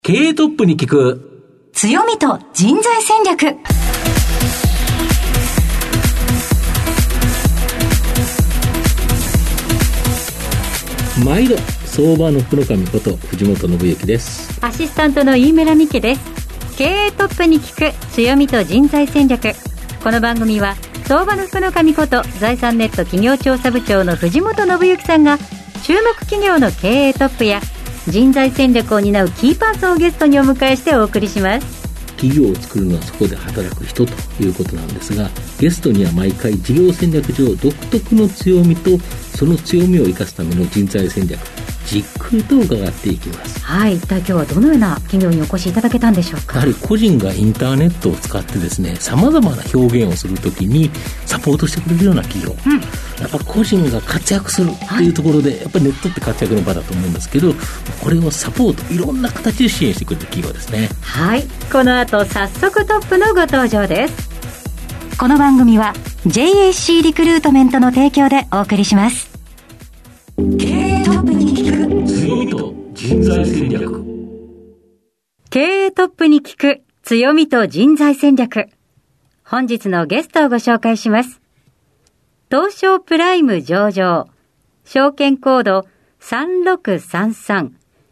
経営トップに聞く強みと人材戦略。 毎度相場の福の神こと藤本信之です。 アシスタントの飯村美希です。経営トップに聞く強みと人材戦略。この番組は相場の福の神こと財産ネット企業調査部長の藤本信之さんが注目企業の経営トップや人材戦略を担うキーパーソンをゲストにお迎えしてお送りします。 企業を作るのはそこで働く人ということなんですが、ゲストには毎回事業戦略上独特の強みとその強みを生かすための人材戦略、じっくりと伺っていきます。 はい、一体今日はどのような企業にお越しいただけたんでしょうか。 やはり個人がインターネットを使ってですね、様々な表現をするときにサポートしてくれるような企業、やっぱ個人が活躍するっていうところで、やっぱりネットって活躍の場だと思うんですけど、これをサポートいろんな形で支援してくれる企業ですね。 はい、この後早速トップのご登場です。 この番組は JAC リクルートメントの提供でお送りします。経営トップに聞く強みと人材戦略。 経営トップに聞く強みと人材戦略。本日のゲストをご紹介します。東証プライム上場、証券コード3633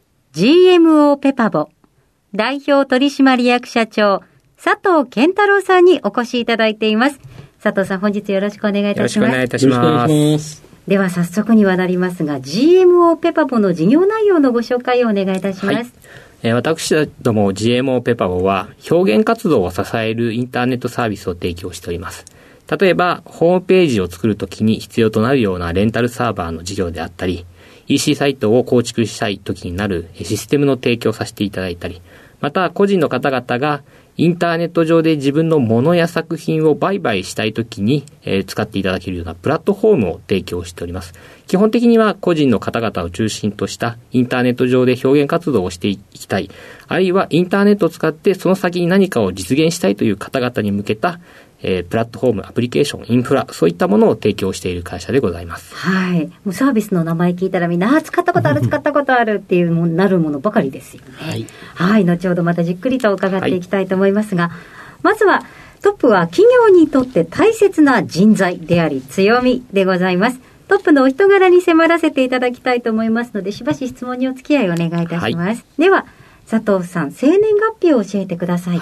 GMO ペパボ代表取締役社長佐藤健太郎さんにお越しいただいています。佐藤さん、本日よろしくお願いいたします。 よろしくお願いいたします。 では早速にはなりますが、 GMO ペパボの事業内容のご紹介をお願いいたします。 はい、私ども GMO ペパボは表現活動を支えるインターネットサービスを提供しております。例えばホームページを作るときに必要となるようなレンタルサーバーの事業であったり、 EC サイトを構築したいときになるシステムの提供させていただいたり、また個人の方々がインターネット上で自分の物や作品を売買したいときに、使っていただけるようなプラットフォームを提供しております。基本的には個人の方々を中心としたインターネット上で表現活動をしていきたい、あるいはインターネットを使ってその先に何かを実現したいという方々に向けたプラットフォーム、アプリケーション、インフラ、そういったものを提供している会社でございます。 はい。もうサービスの名前聞いたらみんな使ったことある使ったことあるっていうもなるものばかりですよね。はい。はい。後ほどまたじっくりと伺っていきたいと思いますが、まずはトップは企業にとって大切な人材であり強みでございます。トップのお人柄に迫らせていただきたいと思いますので、しばし質問にお付き合いお願いいたします。はい、では佐藤さん、生年月日を教えてください。 はい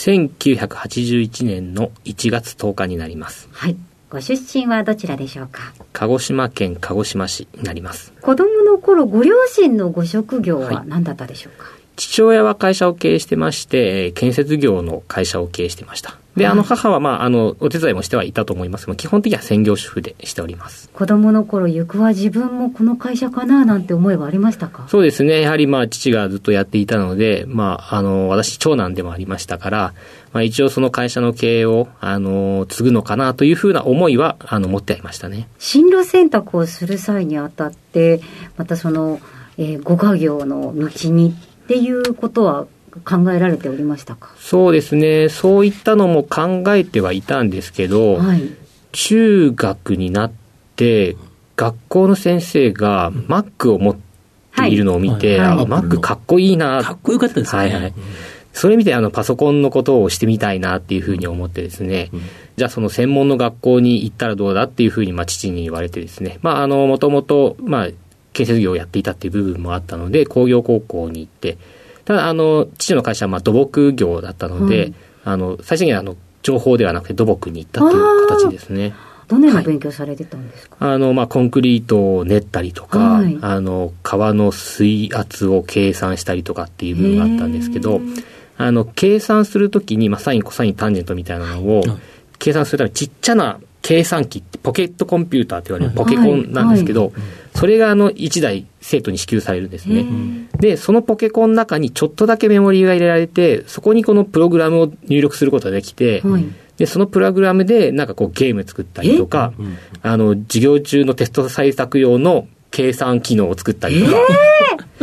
。1981年の1月10日になります。 はい。ご出身はどちらでしょうか。 鹿児島県鹿児島市になります。 子供の頃ご両親のご職業は何だったでしょうか。はい、 父親は会社を経営してまして、建設業の会社を経営してました。で、母はお手伝いもしてはいたと思いますが、基本的には専業主婦でしております。 子供の頃、行くは自分もこの会社かななんて思いはありましたか。 そうですね。やはり父がずっとやっていたので、私長男でもありましたから、一応その会社の経営を継ぐのかなというふうな思いは持ってありましたね。 進路選択をする際にあたって、またその、ご家業の道にっていうことは考えられておりましたか。 そうですね。そういったのも考えてはいたんですけど、はい、中学になって学校の先生が Mac を持っているのを見て、はいはい、Mac かっこいいな、 かっこよかったですね。はいはい。 それ見てパソコンのことをしてみたいなっていうふうに思ってですね、じゃあその専門の学校に行ったらどうだっていうふうに父に言われてですね、もともと建設業をやっていたっていう部分もあったので工業高校に行って、ただ父の会社は土木業だったので、最終的には情報ではなくて土木に行ったという形ですね。 どのような勉強されてたんですか。 コンクリートを練ったりとか、はい、川の水圧を計算したりとかっていう部分があったんですけど、計算するときに、サインコサインタンジェントみたいなのを計算するためにちっちゃな計算機、ポケットコンピューターと言われるポケコンなんですけど、それが1台生徒に支給されるんですね。で、そのポケコンの中にちょっとだけメモリーが入れられて、そこにこのプログラムを入力することができて、で、そのプログラムでゲーム作ったりとか、授業中のテスト採択用の計算機能を作ったりとか、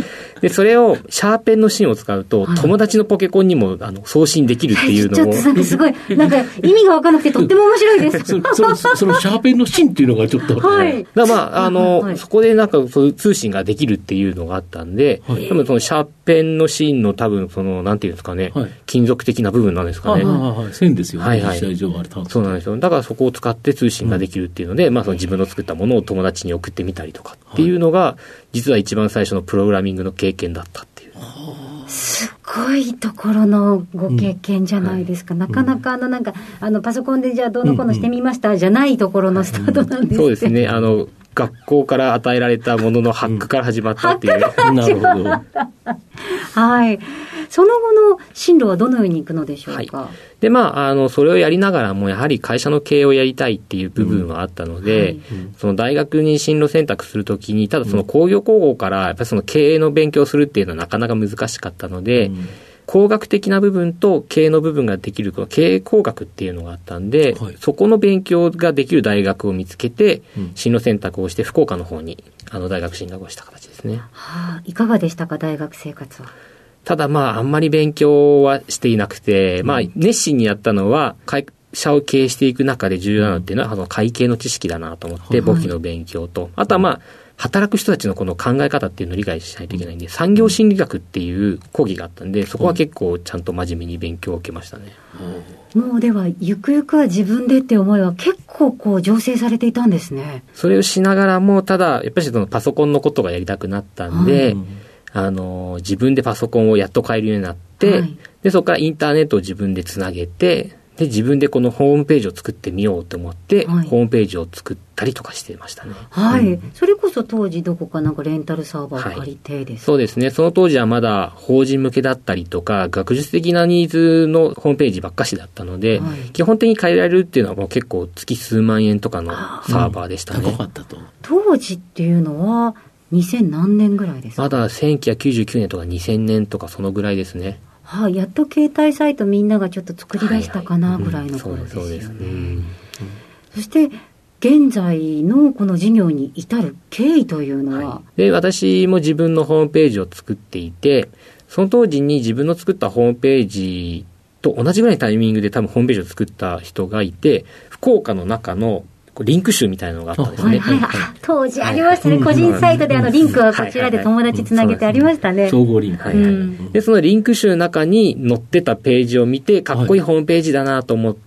で、それをシャーペンの芯を使うと、友達のポケコンにも送信できるっていうのを。 ちょっとなんかすごい、なんか意味がわからなくてとっても面白いです。 そのシャーペンの芯っていうのがちょっと。 はい。 だそこでなんかそういう通信ができるっていうのがあったんで、多分そのシャーペンの芯の多分なんていうんですかね、金属的な部分なんですかね。 線ですよね。 実際上あれそうなんですよ。だからそこを使って通信ができるっていうので、その自分の作ったものを友達に送ってみたりとかっていうのが、実は一番最初のプログラミングの経験だったっていう。 すごいところのご経験じゃないですか。なかなかなんかパソコンでじゃあどうのこうのしてみましたじゃないところのスタートなんですね。 そうですね。学校から与えられたもののハックから始まったっていう。 なるほど。 はい。その後の進路はどのようにいくのでしょうか。 で、それをやりながらも、やはり会社の経営をやりたいっていう部分はあったので、その大学に進路選択するときに、ただその工業高校からやっぱりその経営の勉強をするっていうのはなかなか難しかったので、工学的な部分と経営の部分ができる経営工学っていうのがあったんで、そこの勉強ができる大学を見つけて、進路選択をして福岡の方に大学進学をした形ですね。 いかがでしたか、大学生活は。 ただあんまり勉強はしていなくて、熱心にやったのは会社を経営していく中で重要なのっていうのは会計の知識だなと思って、簿記の勉強と、あとは働く人たちのこの考え方っていうのを理解しないといけないんで、産業心理学っていう講義があったんで、そこは結構ちゃんと真面目に勉強を受けましたね。 もうではゆくゆくは自分でって思いは結構醸成されていたんですね。 それをしながらも、ただやっぱりそのパソコンのことがやりたくなったんで、自分でパソコンをやっと買えるようになって、でそこからインターネットを自分でつなげて、で自分でこのホームページを作ってみようと思って、ホームページを作ったりとかしてましたね。 それこそ当時どこかなんかレンタルサーバーを借りてですか。 そうですね。その当時はまだ法人向けだったりとか学術的なニーズのホームページばっかしだったので、基本的に借りられるっていうのはもう結構月数万円とかのサーバーでしたね。 高かったと。 当時っていうのは2000何年ぐらいですか。 まだ1999年とか2000年とかそのぐらいですね。 やっと携帯サイトみんながちょっと作り出したかなぐらいの頃ですよね。そして現在のこの事業に至る経緯というのは、 で私も自分のホームページを作っていて、その当時に自分の作ったホームページと同じぐらいのタイミングで多分ホームページを作った人がいて、福岡の中のリンク集みたいなのがあったんですね。 当時ありましたね。個人サイトでリンクはこちらで友達つなげてありましたね。 総合リンク。 で、そのリンク集の中に載ってたページを見て、かっこいいホームページだなと思って、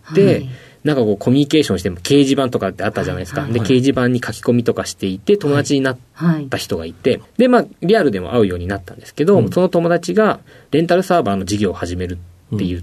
なんかコミュニケーションしても掲示板とかってあったじゃないですか。で、掲示板に書き込みとかしていて、友達になった人がいて、で、リアルでも会うようになったんですけど、その友達がレンタルサーバーの事業を始めるって言って、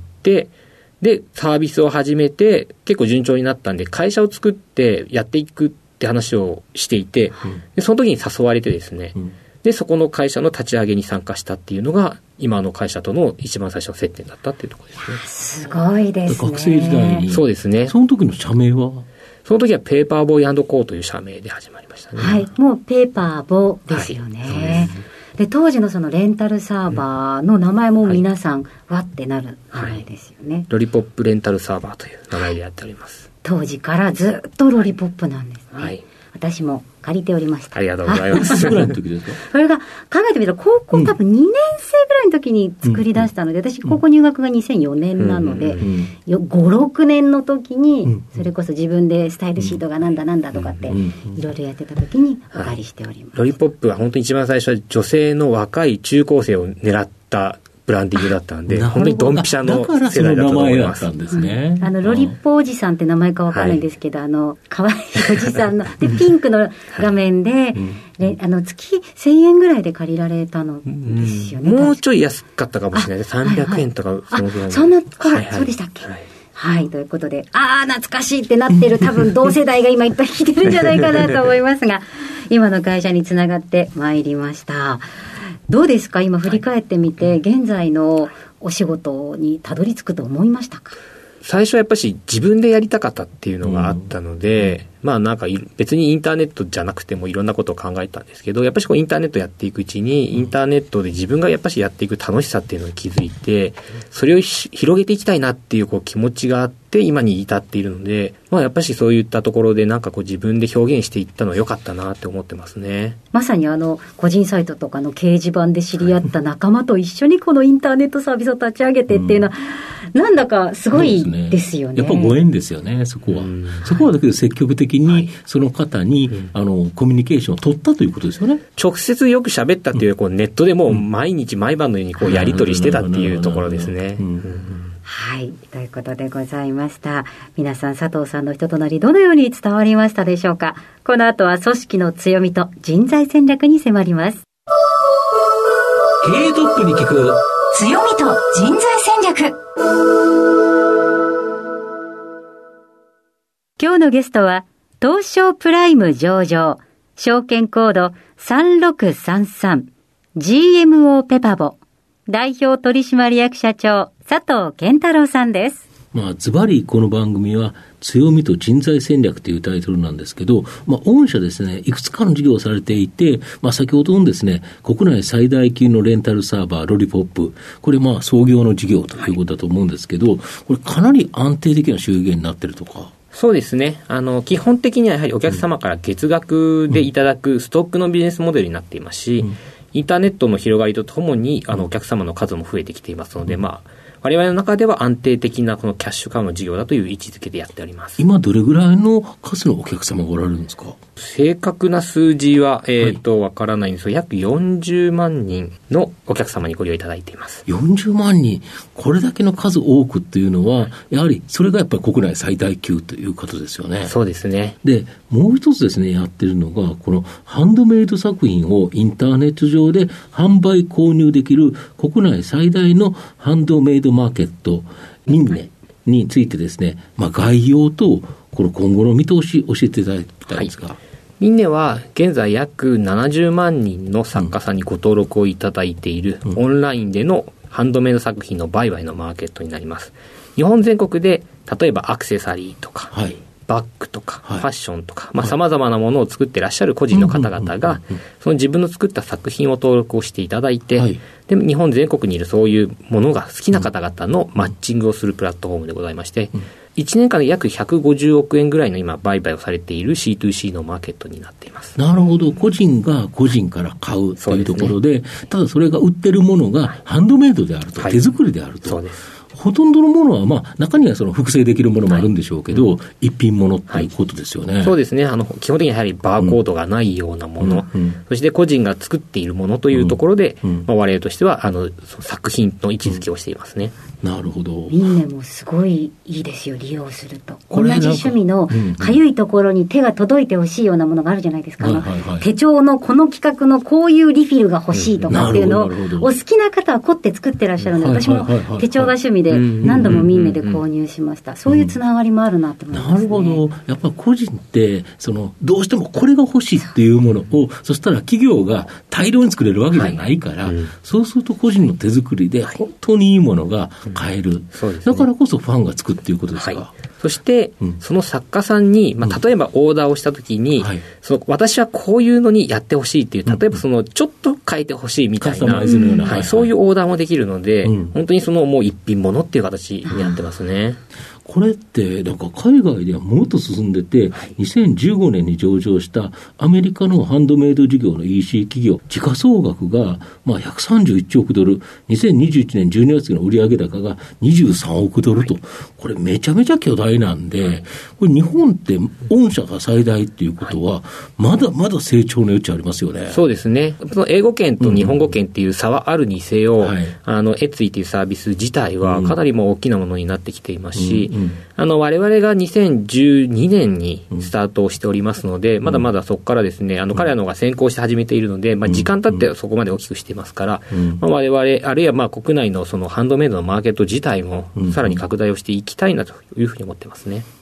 でサービスを始めて結構順調になったんで、会社を作ってやっていくって話をしていて、でその時に誘われてですね、でそこの会社の立ち上げに参加したっていうのが今の会社との一番最初の接点だったっていうところですね。 すごいですね。 学生時代に。 そうですね。 その時の社名はその時はペーパーボーイ&コーという社名で始まりましたね。 もうペーパーボーですよね。で当時のそのレンタルサーバーの名前も皆さんわってなる名前ですよね。 ロリポップレンタルサーバーという名前でやっております。 当時からずっとロリポップなんですね。私も借りておりました。 ありがとうございます。 ぐらいの時ですか。 それが考えてみたら高校多分2年生ぐらいの時に作り出したので、私高校入学が2004年なので、5、6年の時にそれこそ自分でスタイルシートがなんだとかっていろいろやってた時にお借りしております。 ロリポップは本当に一番最初は女性の若い中高生を狙ったブランディングだったんで、本当にドンピシャの世代だと思います。 だからその名前だったんですね。 ロリッポおじさんって名前かわからないんですけど、可愛いおじさんのでピンクの画面で、月1000円ぐらいで借りられたのですよね。 もうちょい安かったかもしれないです。300円とかそのぐらい。 そんな頃、そうでしたっけ。ということで、懐かしいってなってる多分同世代が今いっぱい聞いてるんじゃないかなと思いますが、今の会社につながってまいりました。どうですか、今振り返ってみて、現在のお仕事にたどり着くと思いましたか。 最初はやっぱり自分でやりたかったっていうのがあったので、 なんか別にインターネットじゃなくてもいろんなことを考えたんですけど、やっぱりインターネットやっていくうちに、インターネットで自分がやっぱりやっていく楽しさっていうのに気づいて、それを広げていきたいなっていう気持ちがあって今に至っているので、やっぱりそういったところでなんか自分で表現していったのは良かったなって思ってますね。 まさに個人サイトとかの掲示板で知り合った仲間と一緒にこのインターネットサービスを立ち上げてっていうのは、なんだかすごいですよね。 やっぱご縁ですよね、そこは。そこはだけど積極的にその方に、コミュニケーションを取ったということですよね。 直接よく喋ったっていうネットでもう毎日毎晩のようにやり取りしてたっていうところですね。 はい、ということでございました。皆さん、佐藤さんの人となりどのように伝わりましたでしょうか。この後は組織の強みと人材戦略に迫ります。 経営トップに聞く強みと人材戦略。 今日のゲストは東証プライム上場証券コード3633 GMO ペパボ代表取締役社長佐藤健太郎さんです。 ズバリこの番組は強みと人材戦略というタイトルなんですけど、御社ですね、いくつかの事業をされていて、先ほどのですね、国内最大級のレンタルサーバーロリポップ、これ創業の事業ということだと思うんですけど、これかなり安定的な収益になってるとか。 そうですね。基本的にはやはりお客様から月額でいただくストックのビジネスモデルになっていますし、インターネットの広がりとともにお客様の数も増えてきていますので、我々の中では安定的なこのキャッシュカウの事業だという位置づけでやっております。 今どれぐらいの数のお客様がおられるんですか？ 正確な数字はわからないんですが、約40万人のお客様にご利用いただいています。 40万人、これだけの数多くっていうのは、やはりそれがやっぱり国内最大級ということですよね。 そうですね。 で、もう一つですね、やってるのがこのハンドメイド作品をインターネット上で販売購入できる国内最大のハンドメイドマーケットミンネについてですね、概要とこの今後の見通し教えていただきたいんですが。 ミンネは現在約70万人の作家さんにご登録をいただいているオンラインでのハンドメイド作品の売買のマーケットになります。日本全国で例えばアクセサリーとか、バッグとか、ファッションとか、様々なものを作っていらっしゃる個人の方々が、その自分の作った作品を登録をしていただいて、で日本全国にいるそういうものが好きな方々のマッチングをするプラットフォームでございまして、1年間で約150億円ぐらいの今売買をされている C2C のマーケットになっています。 なるほど。個人が個人から買うというところで、ただそれが売ってるものがハンドメイドであると、手作りであると。 そうです。 ほとんどのものは、中にはその複製できるものもあるんでしょうけど、一品ものということですよね。 そうですね。基本的にやはりバーコードがないようなもの、そして個人が作っているものというところで、我々としては作品の位置づけをしていますね。 なるほど。 ミンネもすごいいいですよ、利用すると。同じ趣味のかゆいところに手が届いてほしいようなものがあるじゃないですか。手帳のこの企画のこういうリフィルが欲しいとかっていうのを、お好きな方は凝って作ってらっしゃるので、私も手帳が趣味で何度もミンネで購入しました。そういうつながりもあるなと思いますね。 なるほど。やっぱり個人ってどうしてもこれが欲しいっていうものを、そしたら企業が大量に作れるわけじゃないから、そうすると個人の手作りで本当にいいものが買える。だからこそファンがつくっていうことですか。 そして、その作家さんに、例えばオーダーをしたときに、私はこういうのにやってほしいっていう、例えばちょっと変えてほしいみたいな、そういうオーダーもできるので、本当にもう一品物っていう形になってますね。 これって海外ではもっと進んでて、2015年に上場したアメリカのハンドメイド事業の EC 企業、時価総額が131億ドル、2021年12月の売上高が23億ドルと、これめちゃめちゃ巨大なんで、これ日本って御社が最大っていうことは、まだまだ成長の余地ありますよね。 そうですね。その英語圏と日本語圏っていう差はあるにせよ、エツイというサービス自体はかなりも大きなものになってきていますし、我々が2012年にスタートをしておりますので、まだまだそこからですね、彼らの方が先行して始めているので、時間経ってそこまで大きくしていますから、我々、あるいは国内のそのハンドメイドのマーケット自体もさらに拡大をしていきたいなというふうに思ってますね。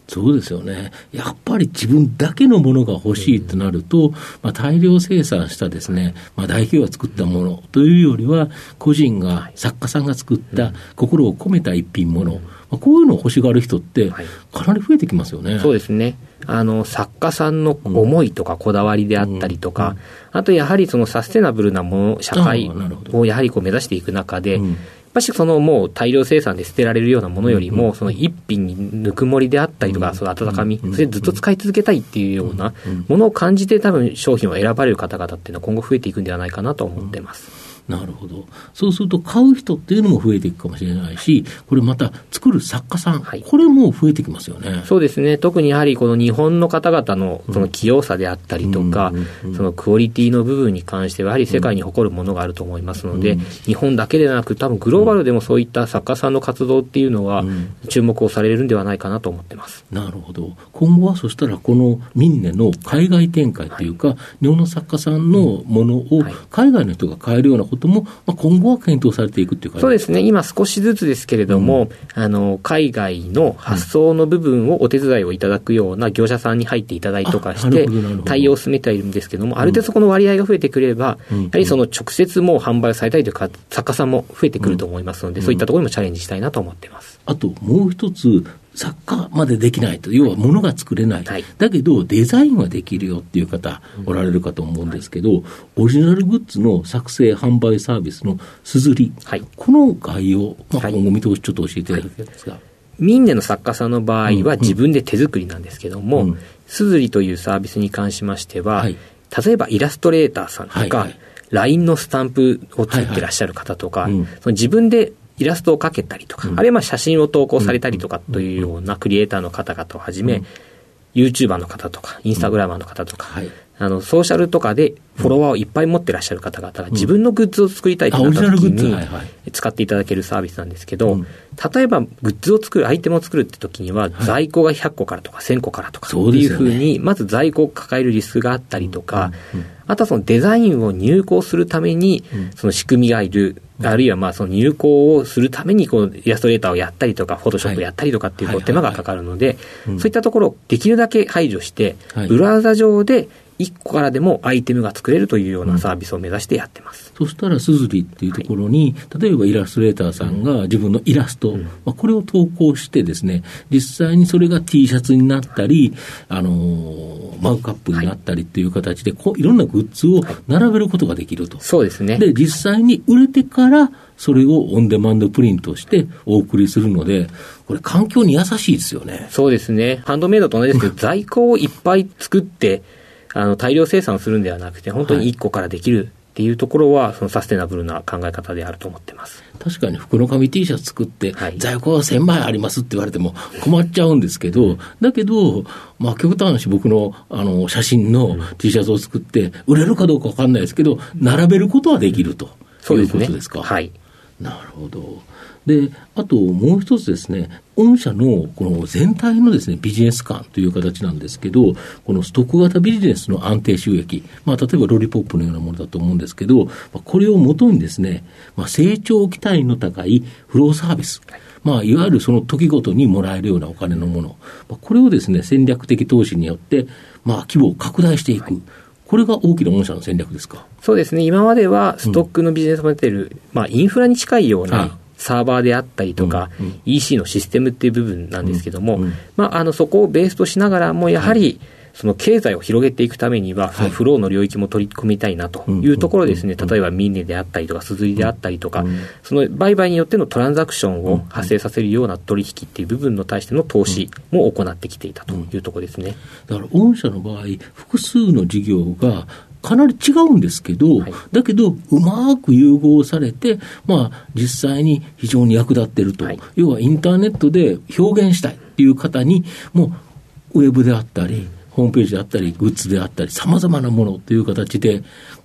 そうですよね。やっぱり自分だけのものが欲しいとなると、大量生産したですね、大企業が作ったものというよりは、個人が、作家さんが作った心を込めた一品もの、こういうのを欲しがる人ってかなり増えてきますよね。 そうですね。作家さんの思いとかこだわりであったりとか、あとやはりそのサステナブルなもの、社会をやはり目指していく中で、やっぱしそのもう大量生産で捨てられるようなものよりも、その一品にぬくもりであったりとか、その温かみ、それでずっと使い続けたいっていうようなものを感じて、多分商品を選ばれる方々っていうのは今後増えていくんではないかなと思っています。 なるほど。そうすると買う人っていうのも増えていくかもしれないし、これまた作る作家さん、これも増えてきますよね。 そうですね。特にやはりこの日本の方々のその器用さであったりとか、そのクオリティの部分に関してはやはり世界に誇るものがあると思いますので、日本だけでなく多分グローバルでもそういった作家さんの活動っていうのは注目をされるんではないかなと思ってます。 なるほど。今後はそしたらこのミンネの海外展開というか、日本の作家さんのものを海外の人が買えるようなことも、今後は検討されていくっていう感じですか？ そうですね。今少しずつですけれども、海外の発送の部分をお手伝いをいただくような業者さんに入っていただいとかして対応を進めてはいるんですけども、ある程度そこの割合が増えてくれば、やはりその直接もう販売されたりとか作家さんも増えてくると思いますので、そういったところにもチャレンジしたいなと思っています。 あともう一つ、作家までできないと、要は物が作れない、だけどデザインはできるよっていう方おられるかと思うんですけど、オリジナルグッズの作成販売サービスのすずり、この概要、今後見通しちょっと教えていただきたいんですが、 ミンネの作家さんの場合は自分で手作りなんですけども、すずりというサービスに関しましては、例えばイラストレーターさんとか、LINE のスタンプを作ってらっしゃる方とか、その自分でイラストを描けたりとか、あるいは写真を投稿されたりとかというようなクリエイターの方々をはじめ、YouTuber の方とか、インスタグラマーの方とか、ソーシャルとかでフォロワーをいっぱい持ってらっしゃる方々が自分のグッズを作りたいとなった時に使っていただけるサービスなんですけど、例えばグッズを作る、アイテムを作るって時には在庫が100個からとか1000個からとかっていうふうに、まず在庫を抱えるリスクがあったりとか、あとはそのデザインを入稿するためにその仕組みがいる、あるいはその入稿をするためにこのイラストレーターをやったりとかフォトショップをやったりとかっていう手間がかかるので、そういったところをできるだけ排除して、ブラウザ上で1個からでもアイテムが作れるというようなサービスを目指してやってます。 そしたらすずりっていうところに、例えばイラストレーターさんが自分のイラスト、これを投稿してですね、実際にそれが T シャツになったり、マグカップになったりっていう形で、いろんなグッズを並べることができると。 そうですね。 で、実際に売れてからそれをオンデマンドプリントしてお送りするので、これ環境に優しいですよね。 そうですね。ハンドメイドと同じですけど、在庫をいっぱい作って大量生産をするんではなくて、本当に1個からできるっていうところは、そのサステナブルな考え方であると思ってます。 確かに袋紙 T シャツ作って、在庫は1000枚ありますって言われても困っちゃうんですけど、だけど、極端な話、僕の写真の T シャツを作って売れるかどうか分かんないですけど、並べることはできるということですか。 はい。 なるほど。で、あともう一つですね、御社のこの全体のですね、ビジネス感という形なんですけど、このストック型ビジネスの安定収益、例えばロリポップのようなものだと思うんですけど、これをもとにですね、成長期待の高いフローサービス、いわゆるその時ごとにもらえるようなお金のもの、これをですね、戦略的投資によって、規模を拡大していく。これが大きな御社の戦略ですか？ そうですね。今まではストックのビジネスモデル、インフラに近いようなサーバーであったりとか、EC のシステムっていう部分なんですけども、そこをベースとしながらも、やはりその経済を広げていくためには、そのフローの領域も取り込みたいなというところですね、例えばミンネであったりとか、すずりであったりとか、その売買によってのトランザクションを発生させるような取引っていう部分に対しての投資も行ってきていたというところですね。 だから御社の場合、複数の事業がかなり違うんですけど、だけどうまく融合されて、実際に非常に役立っていると、要はインターネットで表現したいっていう方にもうウェブであったり、ホームページであったりグッズであったり様々なものという形で、こ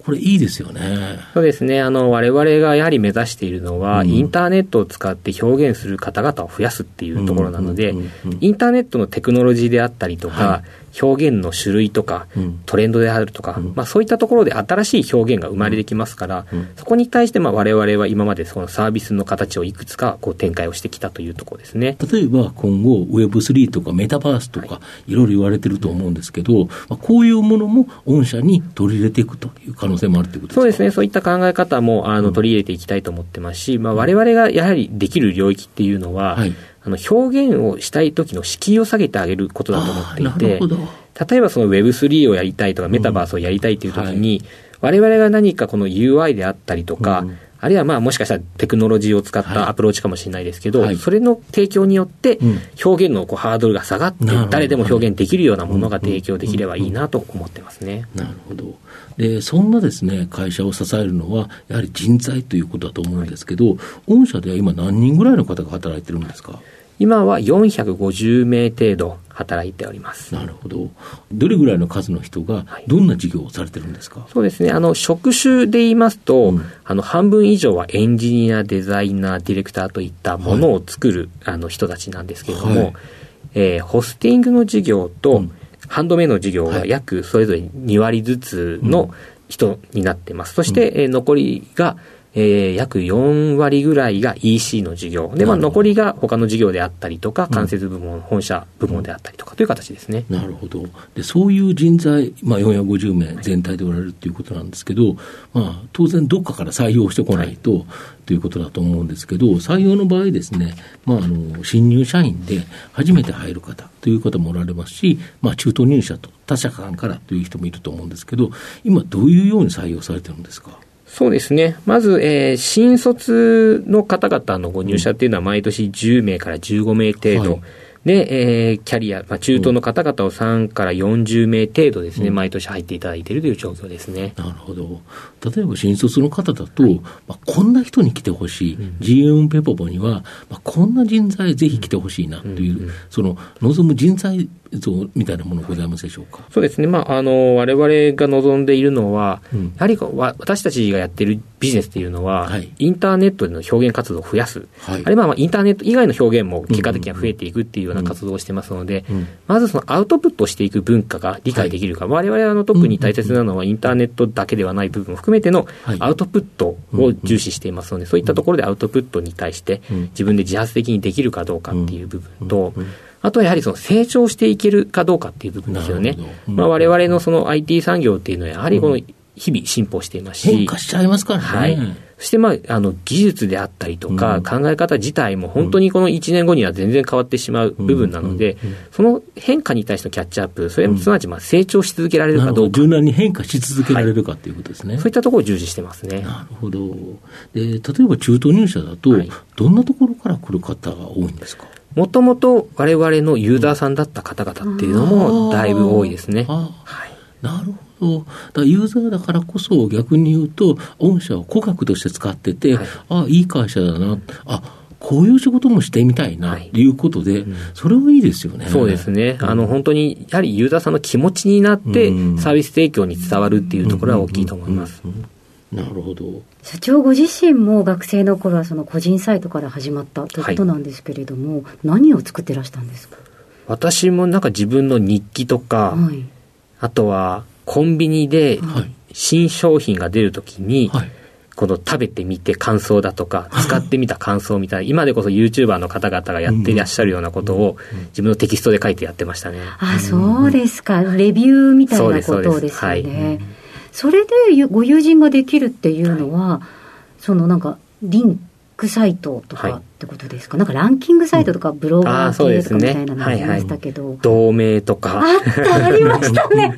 これいいですよね。 そうですね。我々がやはり目指しているのは、インターネットを使って表現する方々を増やすっていうところなので、インターネットのテクノロジーであったりとか、表現の種類とか、トレンドであるとか、そういったところで新しい表現が生まれてきますから、そこに対して我々は今までそのサービスの形をいくつか展開をしてきたというところですね。 例えば今後 Web3 とかメタバースとかいろいろ言われてると思うんですけど、こういうものも御社に取り入れていくという可能性もあるということですか？ そうですね。そういった考え方も取り入れていきたいと思ってますし、我々がやはりできる領域っていうのは、表現をしたい時の敷居を下げてあげることだと思っていて、例えばその Web3 をやりたいとかメタバースをやりたいという時に、我々が何かこの UI であったりとか、あるいはもしかしたらテクノロジーを使ったアプローチかもしれないですけど、それの提供によって表現のハードルが下がって、誰でも表現できるようなものが提供できればいいなと思ってますね。 なるほど。でそんなですね会社を支えるのはやはり人材ということだと思うんですけど、御社では今何人ぐらいの方が働いてるんですか？ 今は450名程度働いております。 なるほど。どれぐらいの数の人がどんな事業をされてるんですか？ そうですね。職種で言いますと、半分以上はエンジニア、デザイナー、ディレクターといったものを作る、人たちなんですけれども、ホスティングの事業と、ハンドメイドの事業が約それぞれ2割ずつの人になっています。そして、残りが約4割ぐらいが EC の事業で、残りが他の事業であったりとか、間接部門、本社部門であったりとかという形ですね。 なるほど。でそういう人材、450名全体でおられるということなんですけど、当然どっかから採用してこないと、ということだと思うんですけど、採用の場合ですね、新入社員で初めて入る方という方もおられますし、中途入社と他社間からという人もいると思うんですけど、今どういうように採用されてるんですか？ そうですね。まず、新卒の方々のご入社っていうのは毎年10名から15名程度。で、キャリア、中東の方々を3から40名程度ですね、毎年入っていただいているという状況ですね。 なるほど。例えば新卒の方だと、こんな人に来てほしい、GM ペポボには、こんな人材ぜひ来てほしいなという、その望む人材像みたいなものございますでしょうか？ そうですね。我々が望んでいるのは、やはり私たちがやっているビジネスというのは、インターネットでの表現活動を増やす、あるいはインターネット以外の表現も結果的には増えていくっていうような活動をしてますので、まずそのアウトプットをしていく文化が理解できるか、我々は特に大切なのはインターネットだけではない部分を含めてのアウトプットを重視していますので、そういったところでアウトプットに対して自分で自発的にできるかどうかっていう部分と、あとはやはりその成長していけるかどうかっていう部分ですよね。我々のその IT 産業っていうのはやはりこの日々進歩していますし、 変化しちゃいますからね。 そして技術であったりとか、考え方自体も本当にこの1年後には全然変わってしまう部分なので、その変化に対してのキャッチアップ、それすなわち成長し続けられるかどうか、 柔軟に変化し続けられるかということですね。 そういったところを重視してますね。 なるほど。で例えば中途入社だと、どんなところから来る方が多いんですか？ もともと我々のユーザーさんだった方々っていうのもだいぶ多いですね。 なるほど。だからユーザーだからこそ逆に言うと御社を顧客として使ってて、いい会社だな、こういう仕事もしてみたいなということで、それはいいですよね。 そうですね。本当にやはりユーザーさんの気持ちになってサービス提供に伝わるっていうところは大きいと思います。 なるほど。 社長ご自身も学生の頃はその個人サイトから始まったということなんですけれども、何を作ってらしたんですか？ 私も自分の日記とか、あとはコンビニで新商品が出るときに、この食べてみて感想だとか、使ってみた感想みたいな、今でこそ YouTuber の方々がやっていらっしゃるようなことを自分のテキストで書いてやってましたね。 そうですか。レビューみたいなことですよね。それでご友人ができるっていうのは、そのリンクサイトとかってことですか？ランキングサイトとかブロガー系とかみたいなのありましたけど、 同盟とかありましたね。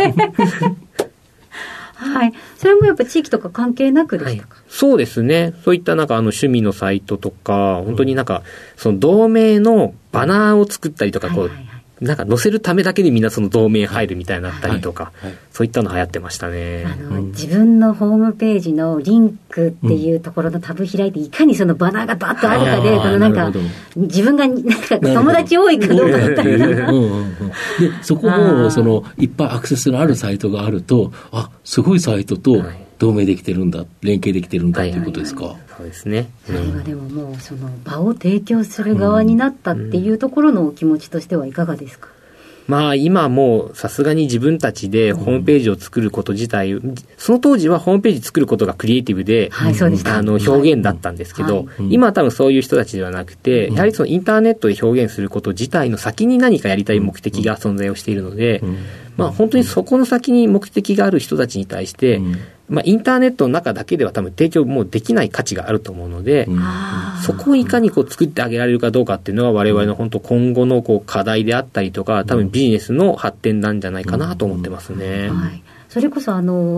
それもやっぱ地域とか関係なくでしたか？ そうですね。そういった趣味のサイトとか、本当にその同盟のバナーを作ったりとか、載せるためだけにみんなその同盟入るみたいになったりとか、そういったの流行ってましたね。 自分のホームページのリンクっていうところのタブ開いて、いかにそのバナーがバッとあるかで、自分が友達多いかどうかみたいな。 でそこもいっぱいアクセスのあるサイトがあると、すごいサイトと同盟できてるんだ、連携できてるんだということですか。 そうですね。 それはでももうその場を提供する側になったっていうところのお気持ちとしてはいかがですか？ まあ今もうさすがに自分たちでホームページを作ること自体、その当時はホームページ作ることがクリエイティブで、 はい、そうでした。 表現だったんですけど、今は多分そういう人たちではなくて、やはりそのインターネットで表現すること自体の先に何かやりたい目的が存在をしているので、まあ本当にそこの先に目的がある人たちに対して、まあインターネットの中だけでは多分提供もうできない価値があると思うので、そこをいかにこう作ってあげられるかどうかっていうのは我々の本当今後のこう課題であったりとか、多分ビジネスの発展なんじゃないかなと思ってますね。 はい、それこそ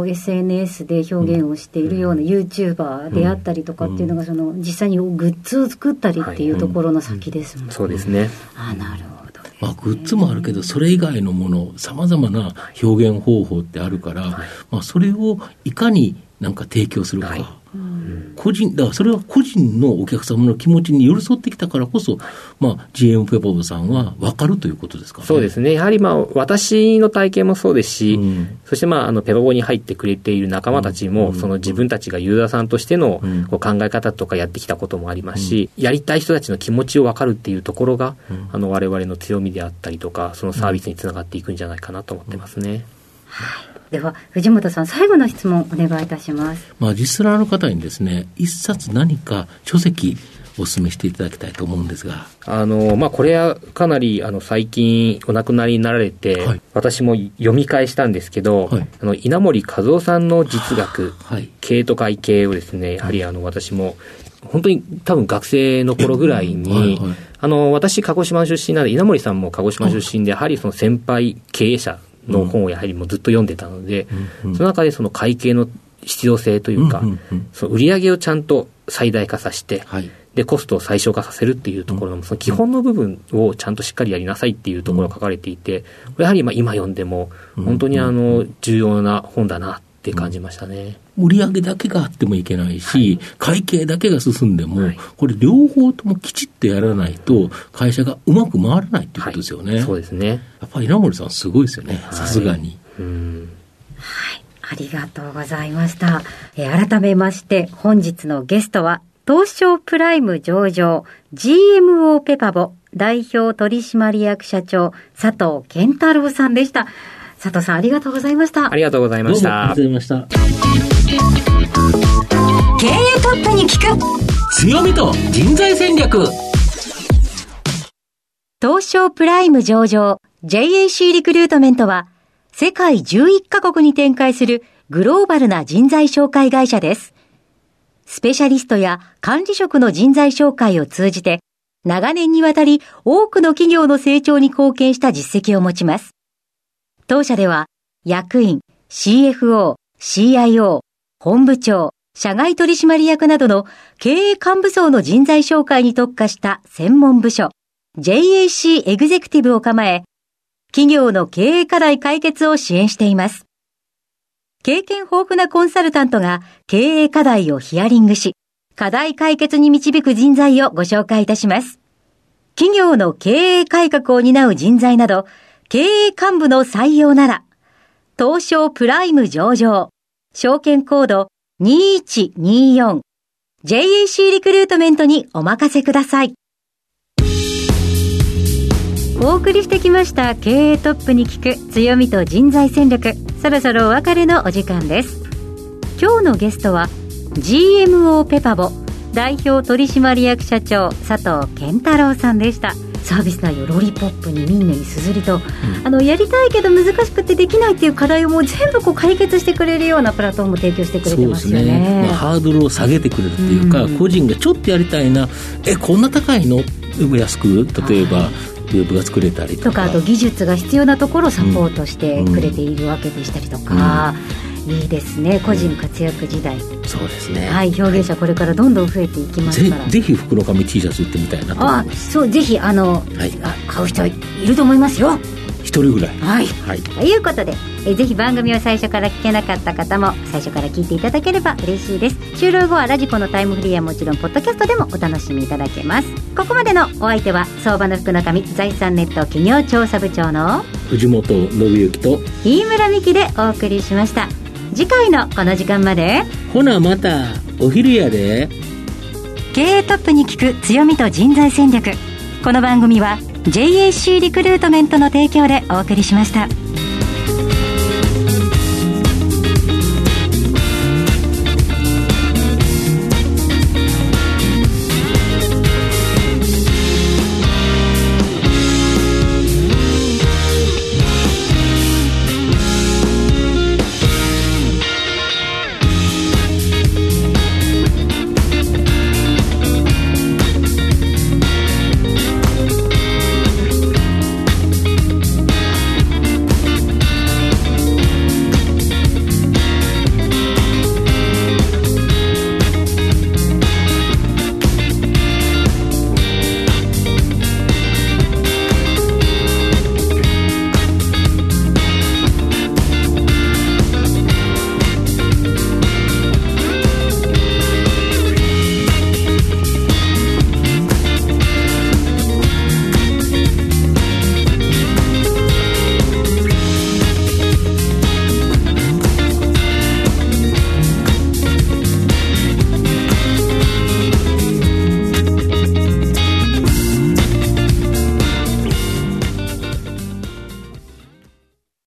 SNS で表現をしているような YouTuber であったりとかっていうのが、その実際にグッズを作ったりっていうところの先ですもんね。 そうですね。 なるほど。 まあ、グッズもあるけど、それ以外のもの、さまざまな表現方法ってあるから、まあ、それをいかになんか提供するか、だからそれは個人のお客様の気持ちに寄り添ってきたからこそ、まあ、GM ペパボさんは分かるということですかね。 そうですね。やはりまあ私の体験もそうですし、そしてまあペパボに入ってくれている仲間たちも、その自分たちがユーザーさんとしてのこう考え方とかやってきたこともありますし、やりたい人たちの気持ちを分かるっていうところが、我々の強みであったりとか、そのサービスにつながっていくんじゃないかなと思ってますね。 はい。では藤本さん、最後の質問お願いいたします。 まあ、リスナーの方にですね、一冊何か書籍お勧めしていただきたいと思うんですが、 まあ、これはかなり最近お亡くなりになられて、はい、私も読み返したんですけど、はい、稲森和夫さんの実学、はい、経営と会計をですね、やはり私も本当に多分学生の頃ぐらいに、はいはい、私鹿児島出身なので、稲森さんも鹿児島出身で、やはりその先輩経営者の本をやはりもうずっと読んでたので、その中でその会計の必要性というか、その売上をちゃんと最大化させて、はい、でコストを最小化させるっていうところのその基本の部分をちゃんとしっかりやりなさいっていうところが書かれていて、やはり今読んでも本当に重要な本だなって感じましたね。 売上だけがあってもいけないし、はい、会計だけが進んでも、はい、これ両方ともきちっとやらないと会社がうまく回らないっていうことですよね。 はい、そうですね。 やっぱり稲森さんすごいですよね、さすがに。 はい、ありがとうございました。改めまして本日のゲストは東証プライム上場 GMO ペパボ代表取締役社長佐藤健太郎さんでした。佐藤さん、ありがとうございました。 ありがとうございました。 ありがとうございました。 経営トップに聞く強みと人材戦略。 東証プライム上場 JAC リクルートメントは世界11カ国に展開するグローバルな人材紹介会社です。スペシャリストや管理職の人材紹介を通じて長年にわたり多くの企業の成長に貢献した実績を持ちます。当社では役員、CFO、CIO、本部長、社外取締役などの経営幹部層の人材紹介に特化した専門部署 JAC エグゼクティブを構え、企業の経営課題解決を支援しています。経験豊富なコンサルタントが経営課題をヒアリングし、課題解決に導く人材をご紹介いたします。企業の経営改革を担う人材など、経営幹部の採用なら、東証プライム上場、証券コード2124 JAC リクルートメントにお任せください。 お送りしてきました経営トップに聞く強みと人材戦略、そろそろお別れのお時間です。今日のゲストは GMO ペパボ代表取締役社長佐藤健太郎さんでした。サービス内容ロリポップにミンネにすずりと、やりたいけど難しくてできないっていう課題をもう全部解決してくれるようなプラットフォームを提供してくれてますよね。 そうですね、ハードルを下げてくれるっていうか、個人がちょっとやりたいな、こんな高いの安く、例えばウェブが作れたりとか、 あと技術が必要なところをサポートしてくれているわけでしたりとか、いいですね、個人活躍時代。 そうですね、 はい、表現者これからどんどん増えていきますから、 ぜひ福の神 T シャツ売ってみたいなと思います。 そう、ぜひ買う人いると思いますよ、 一人ぐらい。 はい、ということでぜひ番組を最初から聞けなかった方も最初から聞いていただければ嬉しいです。終了後はラジコのタイムフリーはもちろんポッドキャストでもお楽しみいただけます。ここまでのお相手は相場の福の神財産ネット企業調査部長の藤本信之と飯村美希でお送りしました。 次回のこの時間まで。 ほなまたお昼やで。 経営トップに聞く強みと人材戦略。この番組は JAC リクルートメントの提供でお送りしました。